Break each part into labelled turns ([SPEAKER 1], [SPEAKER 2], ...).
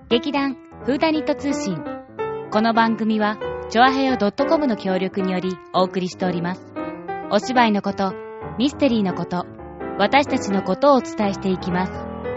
[SPEAKER 1] 劇団フーダニット通信。この番組はチョアヘヨ .com の協力によりお送りしております。お芝居のこと、ミステリーのこと、私たちのことをお伝えしていきます。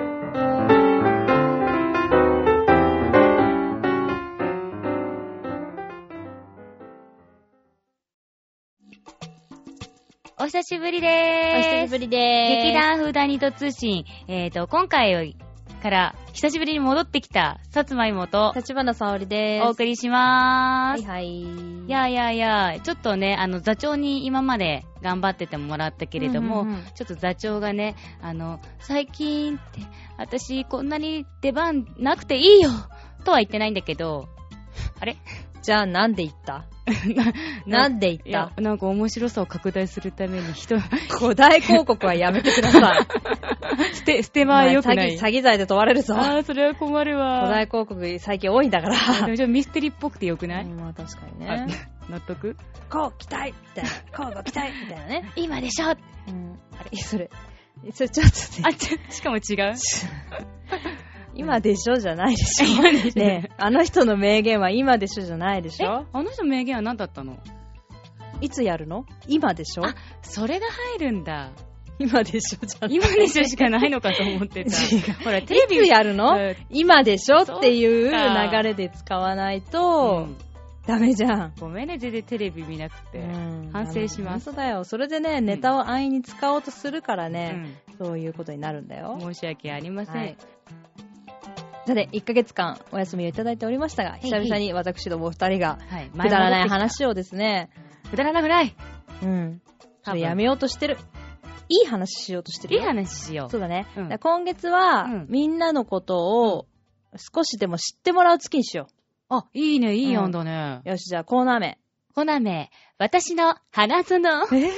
[SPEAKER 1] お久しぶりでーす。
[SPEAKER 2] お久しぶりでーす。
[SPEAKER 1] 劇団フーダニット通信。今回から久しぶりに戻ってきたさつまいもと
[SPEAKER 2] 立花沙織でーす。
[SPEAKER 1] お送りしまーす。
[SPEAKER 2] はいはい。
[SPEAKER 1] いや、ちょっとね、座長に今まで頑張っててもらったけれども、ちょっと座長がね、最近って、私こんなに出番なくていいよとは言ってないんだけど、あれ
[SPEAKER 2] じゃあなんで言ったなんで言った？いや、
[SPEAKER 1] なんか面白さを拡大するために
[SPEAKER 2] 古代広告はやめてくださ
[SPEAKER 1] い。捨て場は良くない。
[SPEAKER 2] 詐欺罪で問われるぞ。
[SPEAKER 1] ああ、それは困るわ。
[SPEAKER 2] 古代広告最近多いんだから。
[SPEAKER 1] でもちょっとミステリーっぽくて良くない？
[SPEAKER 2] まあ確かにね。
[SPEAKER 1] 納得？
[SPEAKER 2] こう期待みたいな。こうご期待みたいなね。
[SPEAKER 1] 今でしょ。あれ、
[SPEAKER 2] それちょっとね。
[SPEAKER 1] しかも違う。
[SPEAKER 2] 今でしょじゃないでしょ。ね、あの人の名言は今でしょじゃないでしょ。
[SPEAKER 1] あの人の名言は何だったの？
[SPEAKER 2] いつやるの？今でしょ。
[SPEAKER 1] あ、それが入るんだ。
[SPEAKER 2] 今でしょじゃない。
[SPEAKER 1] 今でしょしかないのかと思ってた。
[SPEAKER 2] ほら、テレビいつやるの？今でしょっていう流れで使わないと、ダメじゃん。
[SPEAKER 1] ごめんね、全然テレビ見なくて。反省します。
[SPEAKER 2] 本当だよ。それでね、ネタを安易に使おうとするからね、そういうことになるんだよ。
[SPEAKER 1] 申し訳ありません。はい、
[SPEAKER 2] さて、1ヶ月間お休みをいただいておりましたが、久々に私どもお二人が、くだらない話をですね、
[SPEAKER 1] くだらなくない。
[SPEAKER 2] それやめようとしてる。いい話しようとしてるよ。
[SPEAKER 1] いい話しよう。
[SPEAKER 2] そうだね。今月は、みんなのことを少しでも知ってもらう月にしよ
[SPEAKER 1] う。あ、いいね、いい案だね。
[SPEAKER 2] よし、じゃあコーナー名。
[SPEAKER 1] コーナー名、私の花園。あれ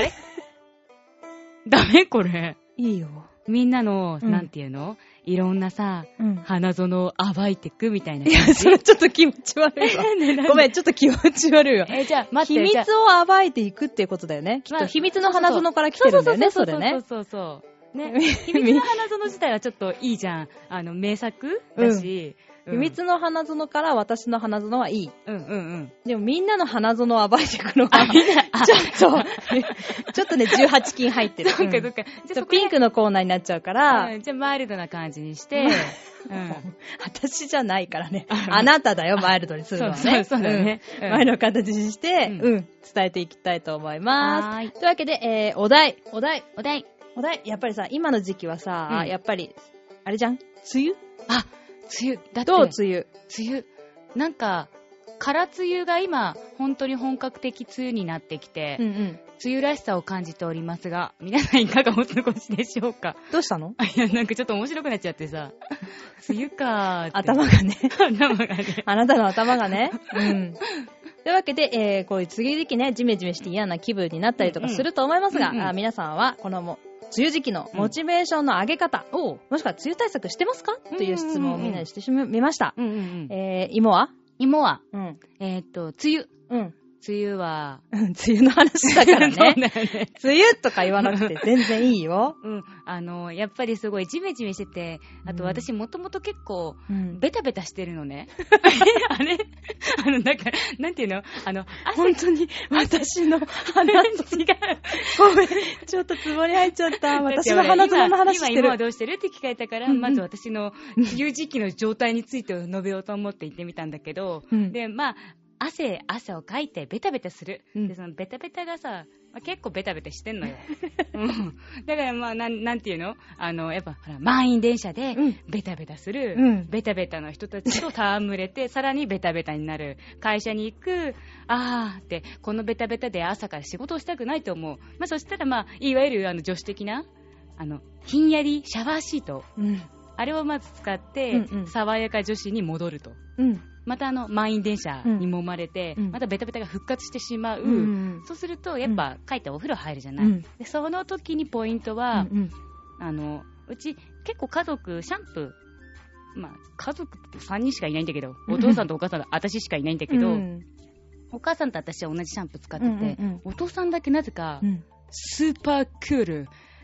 [SPEAKER 1] ダメこれ。
[SPEAKER 2] いいよ。
[SPEAKER 1] みんなの、なんていうの？いろんなさ、花園を暴いてくみたいな感じ。
[SPEAKER 2] いや、それちょっと気持ち悪いわ。ごめん、ちょっと気持ち悪いわ。
[SPEAKER 1] じゃあ、待って。
[SPEAKER 2] 秘密を暴いていくっていうことだよね。きっと秘密の花園から来てるんだよね、それね。
[SPEAKER 1] そう。ね。秘密の花園自体はちょっといいじゃん。名作だし。
[SPEAKER 2] 秘密の花園から私の花園はいい。でもみんなの花園を暴いていくのは、ちょっとね、18金入ってる。
[SPEAKER 1] そうか。
[SPEAKER 2] ちょっとピンクのコーナーになっちゃうから。
[SPEAKER 1] じゃあマイルドな感じにして。
[SPEAKER 2] 私じゃないからね。あなただよ、マイルドにするのはね。
[SPEAKER 1] そうだね。
[SPEAKER 2] マイルドな形にして、伝えていきたいと思います。というわけで、お題。やっぱりさ、今の時期はさ、やっぱり、あれじゃん？梅雨？
[SPEAKER 1] あ、梅雨。だって。
[SPEAKER 2] どう梅雨。
[SPEAKER 1] なんか、空梅雨が今、本当に本格的梅雨になってきて、梅雨らしさを感じておりますが、皆さんいかがお過ごしでしょうか？
[SPEAKER 2] どうしたの？
[SPEAKER 1] いや、なんかちょっと面白くなっちゃってさ、梅雨かーって。
[SPEAKER 2] 頭がね。あなたの頭がね。というわけで、こういう梅雨時期ね、ジメジメして嫌な気分になったりとかすると思いますが、皆さんは、この梅雨時期のモチベーションの上げ方、もしくは梅雨対策してますかという質問をみんなでしてみました。芋は、
[SPEAKER 1] 梅雨。梅雨は、
[SPEAKER 2] 梅雨の話だからね。梅雨とか言わなくて全然いいよ。
[SPEAKER 1] やっぱりすごいジメジメしてて、あと私もともと結構、ベタベタしてるのね。あれだから、なんていうの
[SPEAKER 2] 本当に私の花園。違う。ごめん。ちょっとツボに入っちゃった。私の花園の話してる。
[SPEAKER 1] 今はどうしてるって聞かれたから、まず私の梅雨時期の状態について述べようと思って言ってみたんだけど、で、まあ、汗をかいてベタベタする。で、そのベタベタがさ、結構ベタベタしてんのよ。だからまあ、なんていうのやっぱ、ほら、満員電車でベタベタする。ベタベタの人たちと戯れて、さらにベタベタになる。会社に行く。って、このベタベタで朝から仕事をしたくないと思う。まあ、そしたらまあ、いわゆる女子的な、ひんやりシャワーシート。あれをまず使って、爽やか女子に戻ると。また満員電車に揉まれて、またベタベタが復活してしまう。そうすると、やっぱ、帰ってお風呂入るじゃない。でその時にポイントは、うち結構家族、シャンプー、まあ、家族って3人しかいないんだけど、お父さんとお母さんと私しかいないんだけど、お母さんと私は同じシャンプー使ってて、お父さんだけなぜか、スーパークール、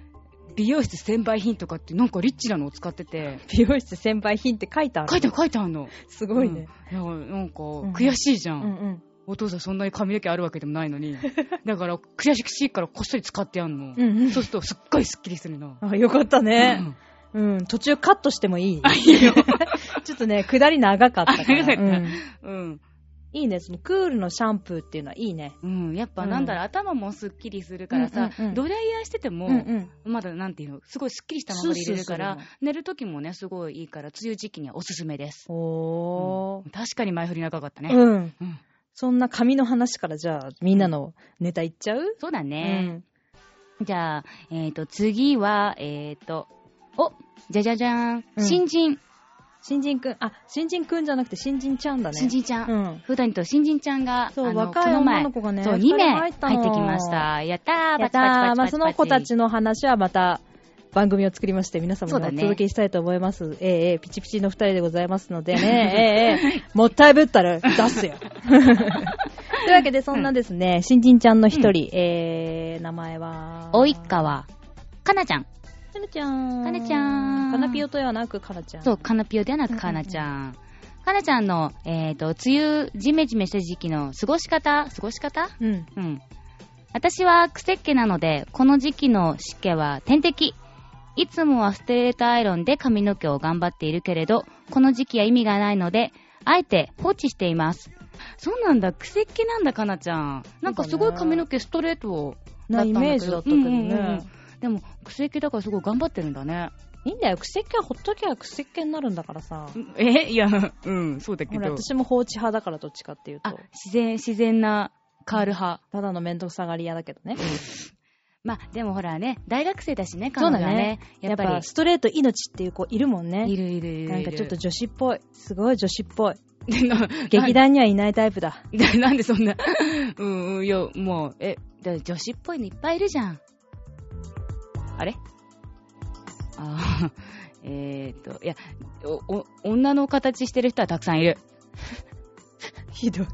[SPEAKER 1] 美容室専売品とかってなんかリッチなのを使ってて。
[SPEAKER 2] 美容室専売品って書いてある。
[SPEAKER 1] 書いてあるの。
[SPEAKER 2] すごいね。
[SPEAKER 1] なんか悔しいじゃん。お父さんそんなに髪の毛あるわけでもないのに。だから悔しいからこっそり使ってやんの。そうするとすっごいスッキリするの。
[SPEAKER 2] あ、よかったね。途中カットしてもいい？いいよ。ちょっとね、下り長かったから。いいね、そのクールのシャンプーっていうのはいいね。
[SPEAKER 1] やっぱなんだろう、頭もスッキリするからさ、ドライヤーしてても、まだなんていうの、すごいスッキリしたままで入れるから、寝るときもね、すごいいいから、梅雨時期にはおすすめです。確かに前振り長かったね。
[SPEAKER 2] そんな髪の話からじゃあ、みんなのネタいっちゃう？
[SPEAKER 1] そうだね。じゃあ、次は、じゃじゃじゃーん。新人くんじゃなくて新人ちゃんだね。 新人ちゃん。普段と新人ちゃんが、
[SPEAKER 2] 若い女の子がね、
[SPEAKER 1] 2名入ってきました。やったー、パチパチパチパチ。
[SPEAKER 2] まあ、その子たちの話はまた番組を作りまして、皆様にお届けしたいと思います。ピチピチの2人でございますのでね、もったいぶったら出すよ。というわけで、そんなですね、新人ちゃんの一人、名前は、
[SPEAKER 1] 及川かなちゃん。
[SPEAKER 2] かなちゃん。かなぴよとではなくかなちゃん。
[SPEAKER 1] そう、かなぴよではなくかなちゃん。かなちゃんの、梅雨、ジメジメした時期の過ごし方私はくせっ毛なので、この時期の湿気は天敵。いつもはストレートアイロンで髪の毛を頑張っているけれど、この時期は意味がないので、あえて放置しています。そうなんだ、くせっ毛なんだ、かなちゃん。なんかすごい髪の毛ストレートだったんだけど。
[SPEAKER 2] なイメージだったけどね。
[SPEAKER 1] でも、くせっ毛だからすごい頑張ってるんだね。
[SPEAKER 2] いいんだよ、くせっ毛はほっときゃくせっ毛になるんだからさ。
[SPEAKER 1] いや、そうだけど。
[SPEAKER 2] ほら、私も放置派だからどっちかっていうと。
[SPEAKER 1] 自然なカール派。
[SPEAKER 2] ただのめんどくさがり屋だけどね。
[SPEAKER 1] まあ、でもほらね、大学生だしね、彼女はね。
[SPEAKER 2] やっぱストレート命っていう子いるもんね。
[SPEAKER 1] いる。
[SPEAKER 2] なんかちょっと女子っぽい。すごい女子っぽい。劇団にはいないタイプだ。
[SPEAKER 1] なんでそんな。いや、もう、女子っぽいのいっぱいいるじゃん。あれいや、女の形してる人はたくさんいる。
[SPEAKER 2] ひどい。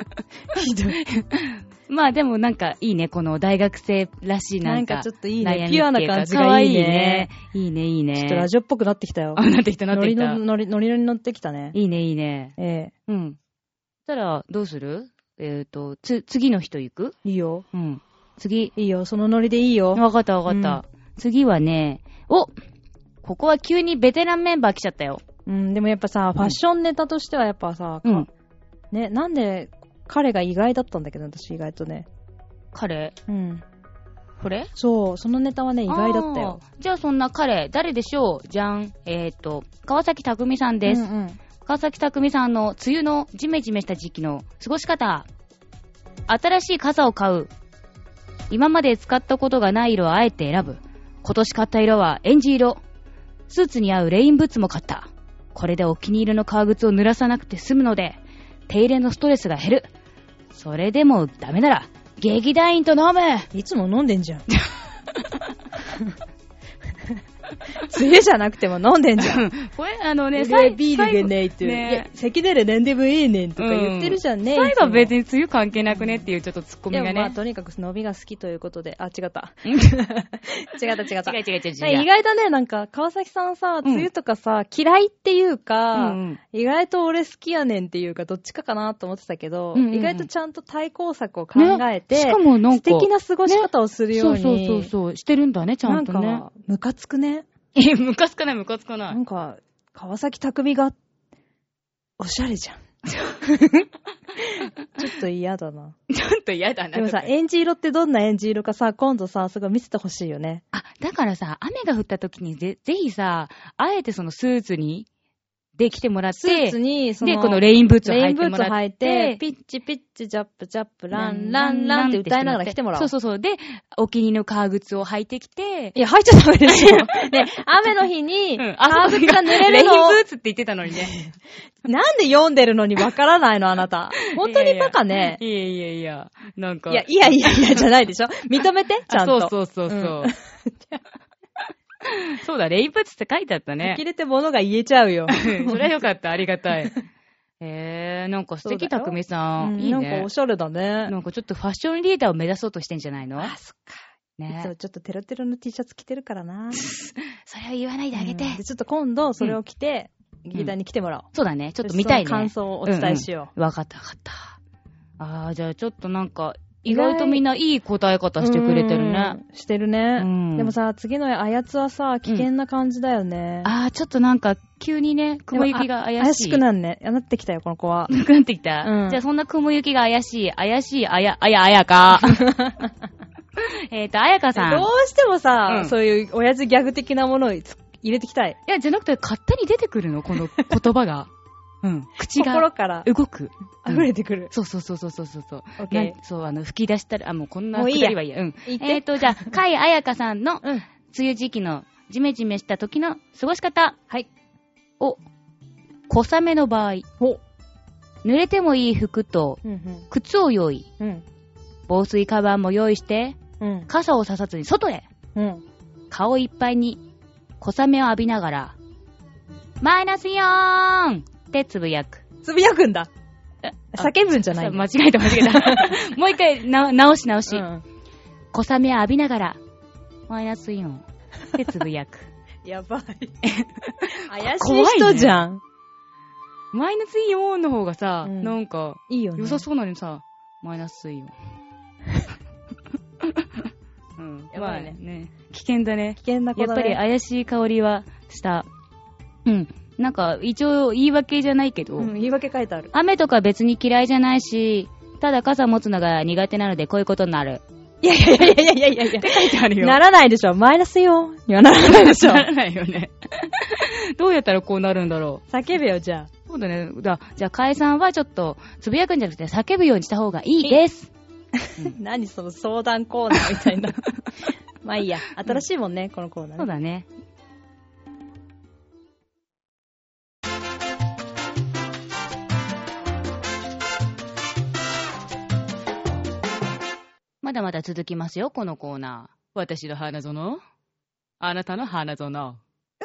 [SPEAKER 1] まあでもなんかいいね、この大学生らしいなんか
[SPEAKER 2] ちょっといいね、ピュアな感じがいいね。
[SPEAKER 1] いいね。
[SPEAKER 2] ちょっとラジオっぽくなってきたよ。
[SPEAKER 1] なってきた。ノリ
[SPEAKER 2] に乗ってきたね。
[SPEAKER 1] いいね。そしたら、どうする？次の人行く？
[SPEAKER 2] いいよ。
[SPEAKER 1] 次。
[SPEAKER 2] いいよ、そのノリでいいよ。
[SPEAKER 1] わかった。次はね、ここは急にベテランメンバー来ちゃったよ。
[SPEAKER 2] でもやっぱさ、ファッションネタとしてはやっぱさ、ね、なんで、彼が意外だったんだけど、私意外とね。
[SPEAKER 1] 彼？これ？
[SPEAKER 2] そう、そのネタはね、意外だったよ。
[SPEAKER 1] じゃあそんな彼、誰でしょう？じゃん。川崎匠さんです。川崎匠さんの梅雨のジメジメした時期の過ごし方。新しい傘を買う。今まで使ったことがない色をあえて選ぶ。今年買った色はエンジ色。スーツに合うレインブーツも買った。これでお気に入りの革靴を濡らさなくて済むので、手入れのストレスが減る。それでもダメなら、劇団員と飲む。
[SPEAKER 2] いつも飲んでんじゃん。梅雨じゃなくても飲んでんじゃん。
[SPEAKER 1] これ
[SPEAKER 2] ビールがねえって。いや、咳出るなんでもいいねんとか言ってるじゃんね。
[SPEAKER 1] 最後は別に梅雨関係なくねっていうちょっとツッコミがね。
[SPEAKER 2] でもまあとにかく伸びが好きということで、違った。違った。
[SPEAKER 1] 違
[SPEAKER 2] 意外だね、なんか川崎さんさ、梅雨とかさ、嫌いっていうか、意外と俺好きやねんっていうか、どっちかかなと思ってたけど、意外とちゃんと対抗策を考えて、
[SPEAKER 1] しかもなんか
[SPEAKER 2] 素敵な過ごし方をするように。
[SPEAKER 1] そう、してるんだね、ちゃんとね。
[SPEAKER 2] なんか、ムカつくね。
[SPEAKER 1] ムカつかない。
[SPEAKER 2] なんか、川崎匠が、おしゃれじゃん。ちょっと嫌だな。でもさ、エンジ色ってどんなエンジ色かさ、今度さ、すごい見せてほしいよね。
[SPEAKER 1] だからさ、雨が降った時にぜひさ、あえてそのスーツに、で来てもらって、
[SPEAKER 2] スーツに
[SPEAKER 1] で、このレインブーツを履いてもらって、
[SPEAKER 2] レインブーツ履いて、ピッチピッチ、ジャップジャップ、ランランランって歌いながら来てもらおう。
[SPEAKER 1] そう。で、お気に入りの革靴を履いてきて、
[SPEAKER 2] いや、履いちゃダメでしょ。ね、雨の日に、革靴が濡れるの。
[SPEAKER 1] レインブーツって言ってたのにね。
[SPEAKER 2] なんで読んでるのにわからないの、あなた。本当にバカね。
[SPEAKER 1] いや、なんか。
[SPEAKER 2] いやじゃないでしょ。認めて、ちゃんと。
[SPEAKER 1] そう。そうだ、レインブーツって書いてあったね。
[SPEAKER 2] 呆れて物が言えちゃうよ。
[SPEAKER 1] それはよかった、ありがたい。なんか素敵、たくみさん。いいね。
[SPEAKER 2] なんかおしゃれだね。
[SPEAKER 1] なんかちょっとファッションリーダーを目指そうとしてんじゃないの？
[SPEAKER 2] そっか。
[SPEAKER 1] ね。
[SPEAKER 2] いつもちょっとテロテロの T シャツ着てるからな。
[SPEAKER 1] それは言わないであげて。
[SPEAKER 2] でちょっと今度それを着て、劇団に来てもらおう。
[SPEAKER 1] そうだね。ちょっと見たいね。
[SPEAKER 2] 感想をお伝えしよ
[SPEAKER 1] う。わかった。じゃあちょっとなんか、意外とみんないい答え方してくれてるね。
[SPEAKER 2] してるね。でもさ、次のあやつはさ、危険な感じだよね。
[SPEAKER 1] ちょっとなんか、急にね、雲行きが怪しい。
[SPEAKER 2] 怪しくなってきたよ、この子は。
[SPEAKER 1] なってきた。じゃあそんな雲行きが怪しい、あやか。あやかさん。
[SPEAKER 2] どうしてもさ、そういう親父ギャグ的なものを入れてきたい。
[SPEAKER 1] いや、じゃなくて、勝手に出てくるの、この言葉が。口が。
[SPEAKER 2] 心から
[SPEAKER 1] 動く。
[SPEAKER 2] 溢れてくる。
[SPEAKER 1] そう。そう、吹き出したら、もうこんな
[SPEAKER 2] もういいや。
[SPEAKER 1] じゃあ、甲斐あやかさんの、梅雨時期のジメジメした時の過ごし方。
[SPEAKER 2] はい。
[SPEAKER 1] 小雨の場合。濡れてもいい服と、靴を用意。防水カバンも用意して、傘をささずに外へ。顔いっぱいに小雨を浴びながら、マイナスイオーンってつぶやく。
[SPEAKER 2] つぶやくんだ。叫ぶんじゃない。
[SPEAKER 1] 間違えた。もう一回直し。小雨を浴びながら、マイナスイオンってつぶやく。
[SPEAKER 2] やばい。怪しい人じゃん。
[SPEAKER 1] マイナスイオンの方がさ、なんか、
[SPEAKER 2] いいよね。
[SPEAKER 1] 良さそうなのにさ、マイナスイオン。
[SPEAKER 2] やばいね。
[SPEAKER 1] 危険だね。
[SPEAKER 2] 危険な子だね。
[SPEAKER 1] やっぱり怪しい香りはした。なんか、一応言い訳じゃないけど。
[SPEAKER 2] 言い訳書いてある。
[SPEAKER 1] 雨とか別に嫌いじゃないし、ただ傘持つのが苦手なのでこういうことになる。
[SPEAKER 2] いや。
[SPEAKER 1] って書いてあるよ。
[SPEAKER 2] ならないでしょ。マイナスよ。にはならないでしょ。
[SPEAKER 1] ならないよね。どうやったらこうなるんだろ
[SPEAKER 2] う。叫べよ、じゃあ。
[SPEAKER 1] そうだね。じゃあ、解散はちょっと、つぶやくんじゃなくて叫ぶようにした方がいいです。
[SPEAKER 2] 何その相談コーナーみたいな。まあいいや。新しいもんね、このコーナーね。
[SPEAKER 1] そうだね。まだまだ続きますよ、このコーナー。私の花園。あなたの花園。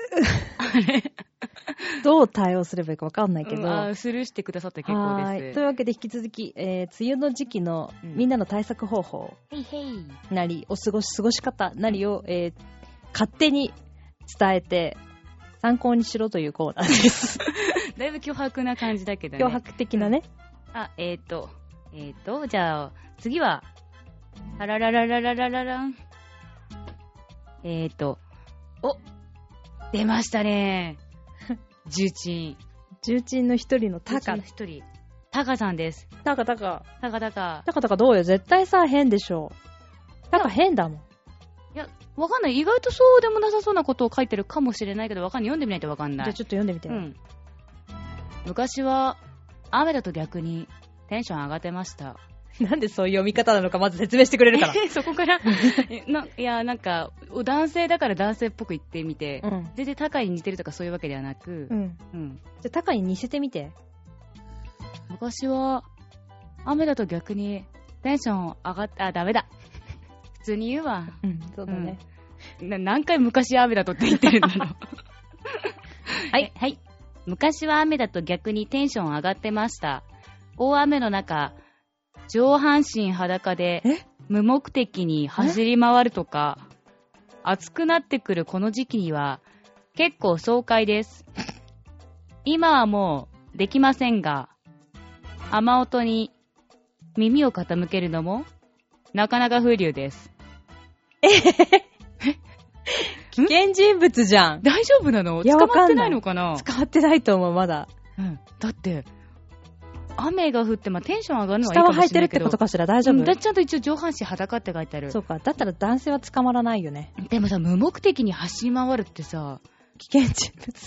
[SPEAKER 2] どう対応すればいいか分かんないけど。
[SPEAKER 1] スルーしてくださって結構です。
[SPEAKER 2] というわけで引き続き、梅雨の時期のみんなの対策方法なり、過ごし方なりを、勝手に伝えて参考にしろというコーナーです。
[SPEAKER 1] だいぶ脅迫な感じだけどね。
[SPEAKER 2] 脅迫的なね。
[SPEAKER 1] じゃあ、次は、あららららららららん。出ましたね。重鎮
[SPEAKER 2] の一人のタカ。
[SPEAKER 1] タカさんです。
[SPEAKER 2] タカどうよ。絶対さ、変でしょ。タカ変だもん。
[SPEAKER 1] いや、わかんない。意外とそうでもなさそうなことを書いてるかもしれないけど、わかんない。読んでみないとわかんない。
[SPEAKER 2] じゃあちょっと読んでみて。
[SPEAKER 1] 昔は、雨だと逆にテンション上がってました。
[SPEAKER 2] なんでそういう読み方なのかまず説明してくれるから。
[SPEAKER 1] そこからいや、なんか、男性だから男性っぽく言ってみて、全然タカに似てるとかそういうわけではなく、
[SPEAKER 2] じゃあタカに似せてみて。
[SPEAKER 1] 昔は、雨だと逆にテンション上がって、ダメだ。普通に言うわ。
[SPEAKER 2] そうだね。
[SPEAKER 1] 何回昔雨だとって言ってるんだろう。はい。昔は雨だと逆にテンション上がってました。大雨の中、上半身裸で無目的に走り回るとか、暑くなってくるこの時期には結構爽快です。今はもうできませんが、雨音に耳を傾けるのもなかなか風流です。
[SPEAKER 2] 危険人物じゃん。
[SPEAKER 1] 大丈夫なの？捕まってないのかな？
[SPEAKER 2] 捕まってないと思う、まだ。
[SPEAKER 1] だって、雨が降って、テンション上がるのはいいかもしれないけど。下は
[SPEAKER 2] 履いてるってことかしら？大丈夫？
[SPEAKER 1] ちゃんと一応上半身裸って書いてある。
[SPEAKER 2] そうか。だったら男性は捕まらないよね。
[SPEAKER 1] でもさ、無目的に走り回るってさ、
[SPEAKER 2] 危険人物。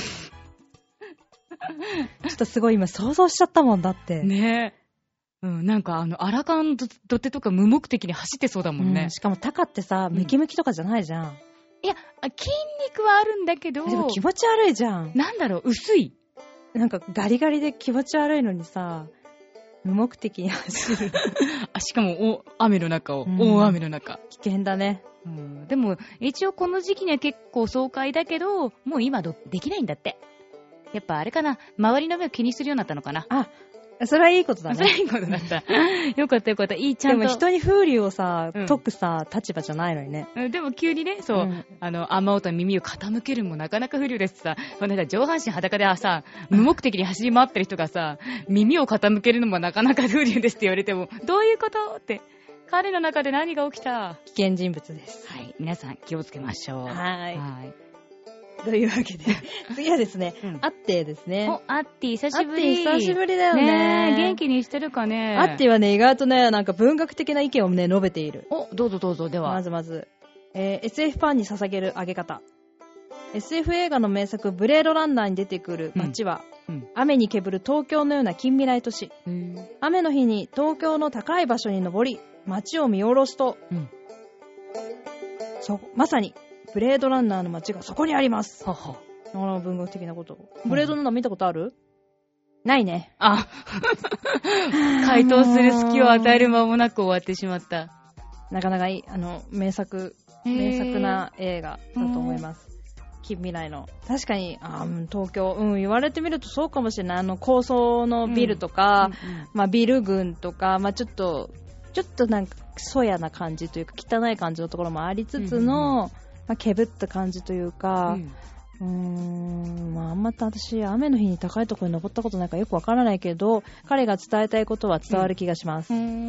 [SPEAKER 2] ちょっとすごい今想像しちゃったもんだって。
[SPEAKER 1] ねえ。なんかアラカン土手とか無目的に走ってそうだもんね。
[SPEAKER 2] しかもタカってさ、ムキムキとかじゃないじゃん。
[SPEAKER 1] いや、筋肉はあるんだけど。
[SPEAKER 2] でも気持ち悪いじゃん。
[SPEAKER 1] なんだろう、薄い。
[SPEAKER 2] なんかガリガリで気持ち悪いのにさ、無目的に走る。
[SPEAKER 1] しかも雨の中を、大雨の中。
[SPEAKER 2] 危険だね。
[SPEAKER 1] でも、一応この時期には結構爽快だけど、もう今できないんだって。やっぱあれかな、周りの目を気にするようになったのかな。
[SPEAKER 2] それはいいことだね。
[SPEAKER 1] それはいいことだった。よかったよかった。いい、ちゃんと。
[SPEAKER 2] でも人に風流をさ、解くさ、立場じゃないのにね。
[SPEAKER 1] でも急にね、そう、雨音に耳を傾けるもなかなか風流ですさ、上半身裸でさ、無目的に走り回ってる人がさ、耳を傾けるのもなかなか風流ですって言われても、どういうことって。彼の中で何が起きた？
[SPEAKER 2] 危険人物です。
[SPEAKER 1] はい。皆さん気をつけましょう。
[SPEAKER 2] はい。というわけで、次はですね、アッティですね。
[SPEAKER 1] アッティ久しぶり。
[SPEAKER 2] 久しぶりだよね。
[SPEAKER 1] 元気にしてるかね。
[SPEAKER 2] アッティはね、意外とね、なんか文学的な意見をね、述べている。
[SPEAKER 1] どうぞどうぞ、では。
[SPEAKER 2] まず、SF ファンに捧げるあげ方。SF 映画の名作、ブレードランナーに出てくる街は、雨にけぶる東京のような近未来都市。雨の日に東京の高い場所に登り、街を見下ろすと、まさに、ブレードランナーの街がそこにあります。文学的なこと。ブレードランナー見たことある？ないね。
[SPEAKER 1] 回答する隙を与える間もなく終わってしまった。
[SPEAKER 2] なかなかいい、名作な映画だと思います。近未来の。確かに、東京、言われてみるとそうかもしれない。高層のビルとか、ビル群とか、ちょっとなんか、そやな感じというか、汚い感じのところもありつつの、けぶった感じというか、あんまた私、雨の日に高いところに登ったことないからよくわからないけど、彼が伝えたいことは伝わる気がします。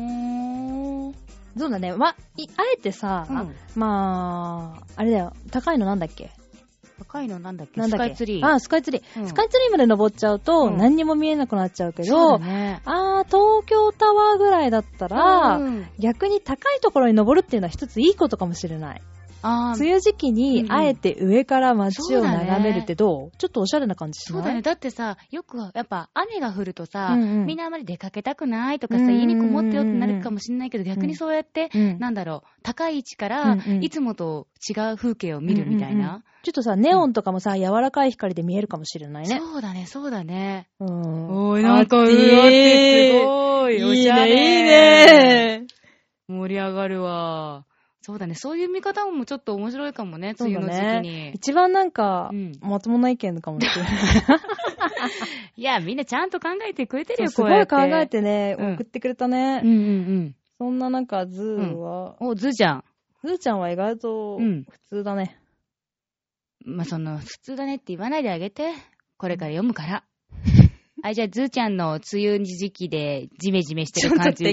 [SPEAKER 2] そうだね。あえてさ、あれだよ、高いのなんだっけ？
[SPEAKER 1] 高いのなんだっけ？スカイツリ
[SPEAKER 2] ー。スカイツリー。スカイツリーまで登っちゃうと、何にも見えなくなっちゃうけど、東京タワーぐらいだったら、逆に高いところに登るっていうのは一ついいことかもしれない。梅雨時期にあえて上から街を眺めるってどう？ちょっとおしゃれな感じしない？
[SPEAKER 1] そうだね。だってさ、よくやっぱ雨が降るとさ、みんなあまり出かけたくないとかさ、家にこもってよってなるかもしれないけど、逆にそうやって、高い位置から、いつもと違う風景を見るみたいな。
[SPEAKER 2] ちょっとさ、ネオンとかもさ、柔らかい光で見えるかもしれないね。
[SPEAKER 1] そうだね、そうだね。
[SPEAKER 2] お
[SPEAKER 1] ー、なんか、ってすごい。おしゃれ。
[SPEAKER 2] いいね。
[SPEAKER 1] 盛り上がるわ。そうだね。そういう見方もちょっと面白いかもね、梅雨の時期に。
[SPEAKER 2] 一番なんか、まともな意見かもしれない。
[SPEAKER 1] いや、みんなちゃんと考えてくれてるよ、
[SPEAKER 2] すごい考えてね、送ってくれたね。そんな中、ズーは。
[SPEAKER 1] ズーちゃん。
[SPEAKER 2] ズーちゃんは意外と普通だね。
[SPEAKER 1] 普通だねって言わないであげて。これから読むから。はい、じゃあ、ズーちゃんの梅雨時期でジメジメしてる感じ。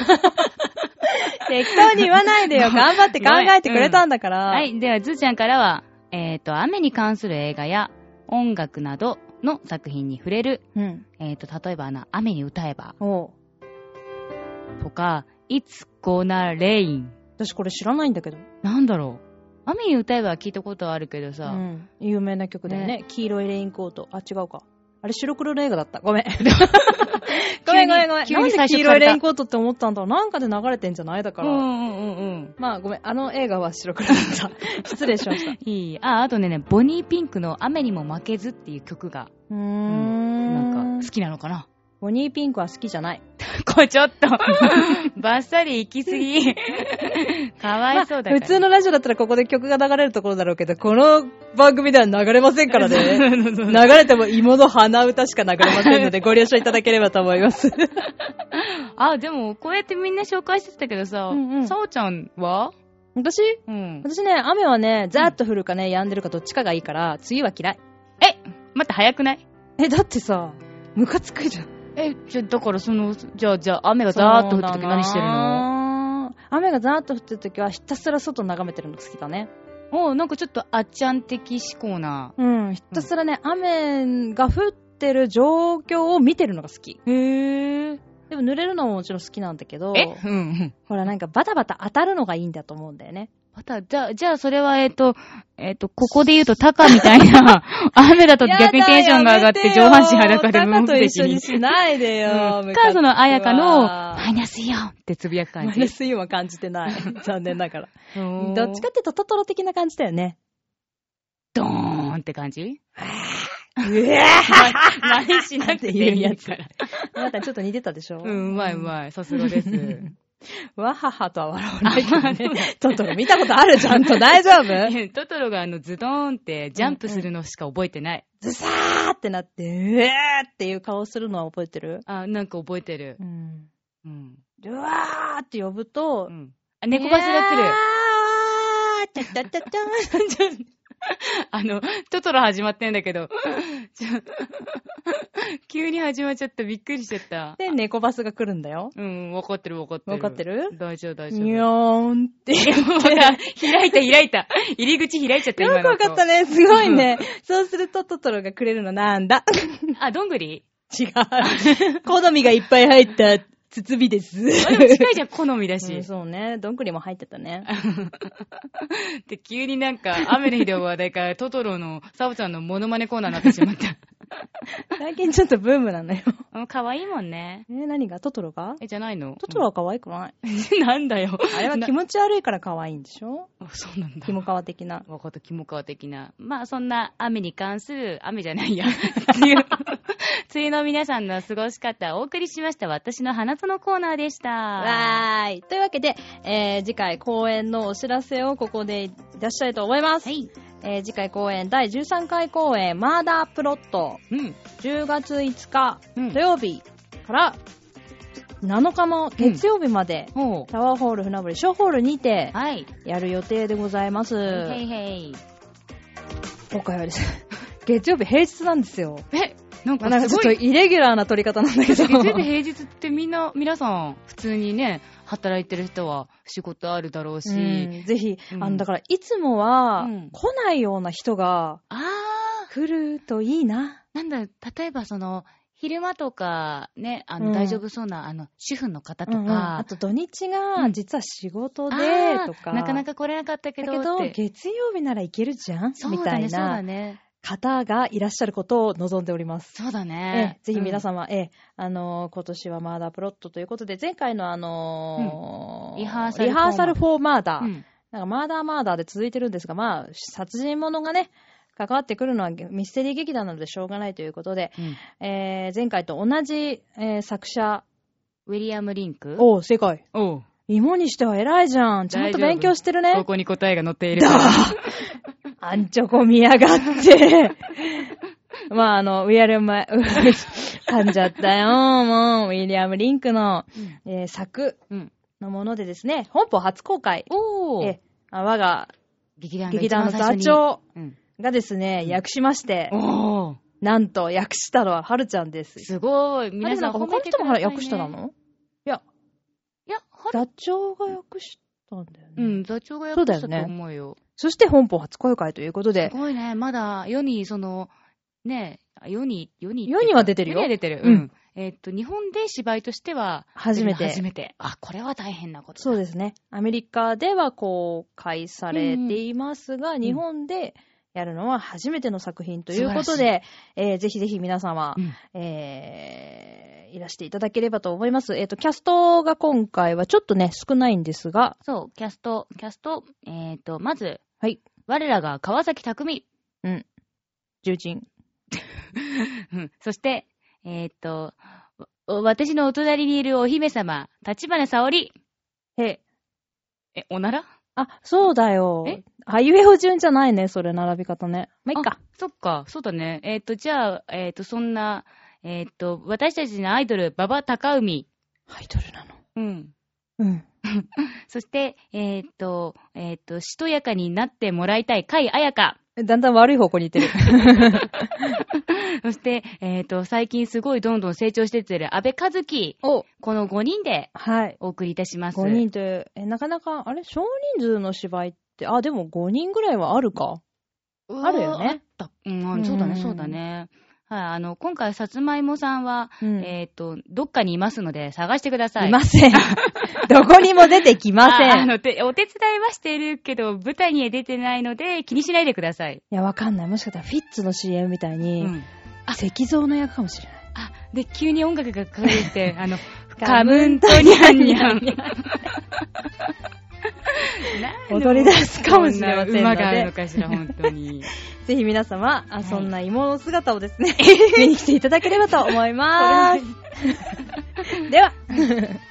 [SPEAKER 2] 適当に言わないでよ。頑張って考えてくれたんだから。
[SPEAKER 1] はい。では、ズーちゃんからは、雨に関する映画や音楽などの作品に触れる。例えば雨に歌えば。とか、It's Gonna Rain。
[SPEAKER 2] 私これ知らないんだけど。
[SPEAKER 1] なんだろう。雨に歌えば聞いたことはあるけどさ。
[SPEAKER 2] 有名な曲だよね。黄色いレインコート。違うか。あれ白黒の映画だった。ごめん。ごめん。なんで黄色いレインコートって思ったんだろう。なんかで流れてんじゃないだから。ごめん。あの映画は白黒だった。失礼しました。
[SPEAKER 1] いい。あとね、ボニーピンクの雨にも負けずっていう曲が。なんか好きなのかな。
[SPEAKER 2] ボニーピンクは好きじゃない。
[SPEAKER 1] これちょっと、バッサリ行き過ぎ。かわいそうだから、
[SPEAKER 2] 普通のラジオだったらここで曲が流れるところだろうけど、この番組では流れませんからね。流れても芋の鼻歌しか流れませんので、ご了承いただければと思います。
[SPEAKER 1] でも、こうやってみんな紹介してたけどさ、さおちゃんは？
[SPEAKER 2] 私ね、雨はね、ザーッと降るかね、止んでるかどっちかがいいから、梅雨は嫌い。
[SPEAKER 1] 待って、早くない？
[SPEAKER 2] だってさ、ムカつくじゃん。
[SPEAKER 1] だからじゃあ雨がザーッと降った時何してるの？
[SPEAKER 2] 雨がザーッと降ってる時はひたすら外眺めてるのが好きだね。
[SPEAKER 1] なんかちょっとあっちゃん的思考な。
[SPEAKER 2] ひたすらね、雨が降ってる状況を見てるのが好き。でも濡れるのももちろん好きなんだけど、ほらなんかバタバタ当たるのがいいんだと思うんだよね。
[SPEAKER 1] じゃあそれはここで言うとタカみたいな、雨だと逆にテンションが上がって上半身裸で無目的に。
[SPEAKER 2] タカと一緒にしないでよ。
[SPEAKER 1] あやかの、マイナスイオンってつぶやく感じ。
[SPEAKER 2] マイナスイオンは感じてない。残念ながら。どっちかっていうとトトロ的な感じだよね。
[SPEAKER 1] ドーンって感じ？
[SPEAKER 2] 何しなくていいやつから。あなたちょっと似てたでしょ？
[SPEAKER 1] うまい。さすがです。
[SPEAKER 2] わははとは笑わないけどね。トトロ見たことあるちゃんと大丈夫？
[SPEAKER 1] トトロがズドーンってジャンプするのしか覚えてない。
[SPEAKER 2] ズサーってなって、うえーっていう顔するのは覚えてる？
[SPEAKER 1] なんか覚えてる。
[SPEAKER 2] うわーって呼ぶと、
[SPEAKER 1] 猫バスが来る。
[SPEAKER 2] ちゃちゃちゃちゃ
[SPEAKER 1] トトロ始まってんだけど、急に始まっちゃった。びっくりしちゃった。
[SPEAKER 2] で、猫バスが来るんだよ。
[SPEAKER 1] わかってるわかってる。
[SPEAKER 2] わかってる？
[SPEAKER 1] 大丈夫大丈夫。
[SPEAKER 2] にょーんって。
[SPEAKER 1] 開いた。入り口開いちゃった今の。
[SPEAKER 2] よくわかったね。すごいね。そうするとトトロがくれるのなんだ？
[SPEAKER 1] どんぐり？
[SPEAKER 2] 違う。好みがいっぱい入った包みです。
[SPEAKER 1] でも近いじゃん、好みだし。
[SPEAKER 2] そうね。どんぐりも入ってたね。
[SPEAKER 1] で、急になんか、雨の日で話題からトトロのサボちゃんのモノマネコーナーになってしまった。
[SPEAKER 2] 最近ちょっとブームなのよ。
[SPEAKER 1] 可愛いもんね。
[SPEAKER 2] 何が？トトロが？
[SPEAKER 1] じゃないの？
[SPEAKER 2] トトロは可愛くない。
[SPEAKER 1] なんだよ。
[SPEAKER 2] あれは気持ち悪いから可愛いんでしょ？
[SPEAKER 1] そうなんだ。
[SPEAKER 2] キモカワ的な。
[SPEAKER 1] わかった、キモカワ的な。まあ、そんな雨に関する、雨じゃないや。梅雨の皆さんの過ごし方をお送りしました私の花園コーナーでした。
[SPEAKER 2] わーい。というわけで、次回公演のお知らせをここで出したいと思います。はい。次回公演第13回公演マーダープロット、10月5日土曜日から7日の月曜日まで、タワーホール船堀小ホールにてやる予定でございます。
[SPEAKER 1] へいへい。
[SPEAKER 2] 今回はですね、月曜日平日なんですよ。
[SPEAKER 1] なんか
[SPEAKER 2] ちょっとイレギュラーな撮り方なんだけど。
[SPEAKER 1] 月曜日平日って皆さん普通にね、働いてる人は仕事あるだろうし。
[SPEAKER 2] ぜひ、だからいつもは来ないような人が来るといいな。
[SPEAKER 1] なんだ、例えば昼間とかね、大丈夫そうな、主婦の方とか。
[SPEAKER 2] あと土日が実は仕事でとか。
[SPEAKER 1] なかなか来れなかったけど。
[SPEAKER 2] だけど、月曜日ならいけるじゃんみたいな。
[SPEAKER 1] そうだね。
[SPEAKER 2] 方がいらっしゃることを望んでおります。
[SPEAKER 1] そうだね。
[SPEAKER 2] ぜひ皆様、今年はマーダープロットということで、前回のリハーサルフォーマーダー。なんかマーダーで続いてるんですが、まあ、殺人者がね、関わってくるのはミステリー劇団なのでしょうがないということで、前回と同じ、作者。
[SPEAKER 1] ウィリアム・リンク。
[SPEAKER 2] 正解。芋にしては偉いじゃん。ちゃんと勉強してるね。
[SPEAKER 1] ここに答えが載っているから。
[SPEAKER 2] アンチョコ見やがって。まあ、ウィリアム、噛んじゃったよ。もう、ウィリアム・リンクの、作のものでですね、本邦初公開。我が劇団の座長がですね、訳しまして、なんと訳したのははるちゃんです。
[SPEAKER 1] すごい。皆さん
[SPEAKER 2] 他の人も訳したの？いや、座長が訳したんだよね。
[SPEAKER 1] 座長が訳したと思うよ。
[SPEAKER 2] そして本邦初公開ということで。
[SPEAKER 1] すごいね。まだ世に世には出てるよ。世には出てる。日本で芝居としては
[SPEAKER 2] 初めて。
[SPEAKER 1] これは大変なことだ。
[SPEAKER 2] そうですね。アメリカでは公開されていますが、日本でやるのは初めての作品ということで、ぜひぜひ皆様、いらしていただければと思います。キャストが今回はちょっとね、少ないんですが。
[SPEAKER 1] そう、キャスト、まず、我らが川崎匠。
[SPEAKER 2] 重鎮。
[SPEAKER 1] そして、私のお隣にいるお姫様、立花沙織。おなら？
[SPEAKER 2] そうだよ。あいうえお順じゃないね、それ並び方ね。まあ、いっか。
[SPEAKER 1] そっか、そうだね。じゃあ、そんな、私たちのアイドル、馬場隆海。
[SPEAKER 2] アイドルなの？
[SPEAKER 1] そして、しとやかになってもらいたい、甲斐彩香。
[SPEAKER 2] だんだん悪い方向に行ってる。
[SPEAKER 1] そして、最近すごいどんどん成長してってる安部和樹。この5人でお送りいたします。
[SPEAKER 2] 5人って、なかなか、少人数の芝居って、でも5人ぐらいはあるか。あるよね。
[SPEAKER 1] そうだね。はい、今回、さつまいもさんは、どっかにいますので、探してください。
[SPEAKER 2] いません。どこにも出てきません。
[SPEAKER 1] お手伝いはしてるけど、舞台には出てないので、気にしないでください。
[SPEAKER 2] いや、わかんない。もしかしたら、フィッツの CM みたいに、石像の役かもしれない。
[SPEAKER 1] で、急に音楽がかかって、カムントニャンニャン。
[SPEAKER 2] 踊り出すかもしれませんので。
[SPEAKER 1] 馬があるのかしら、本当に。
[SPEAKER 2] ぜひ皆様、そんな芋の姿をですね、見に来ていただければと思います。では。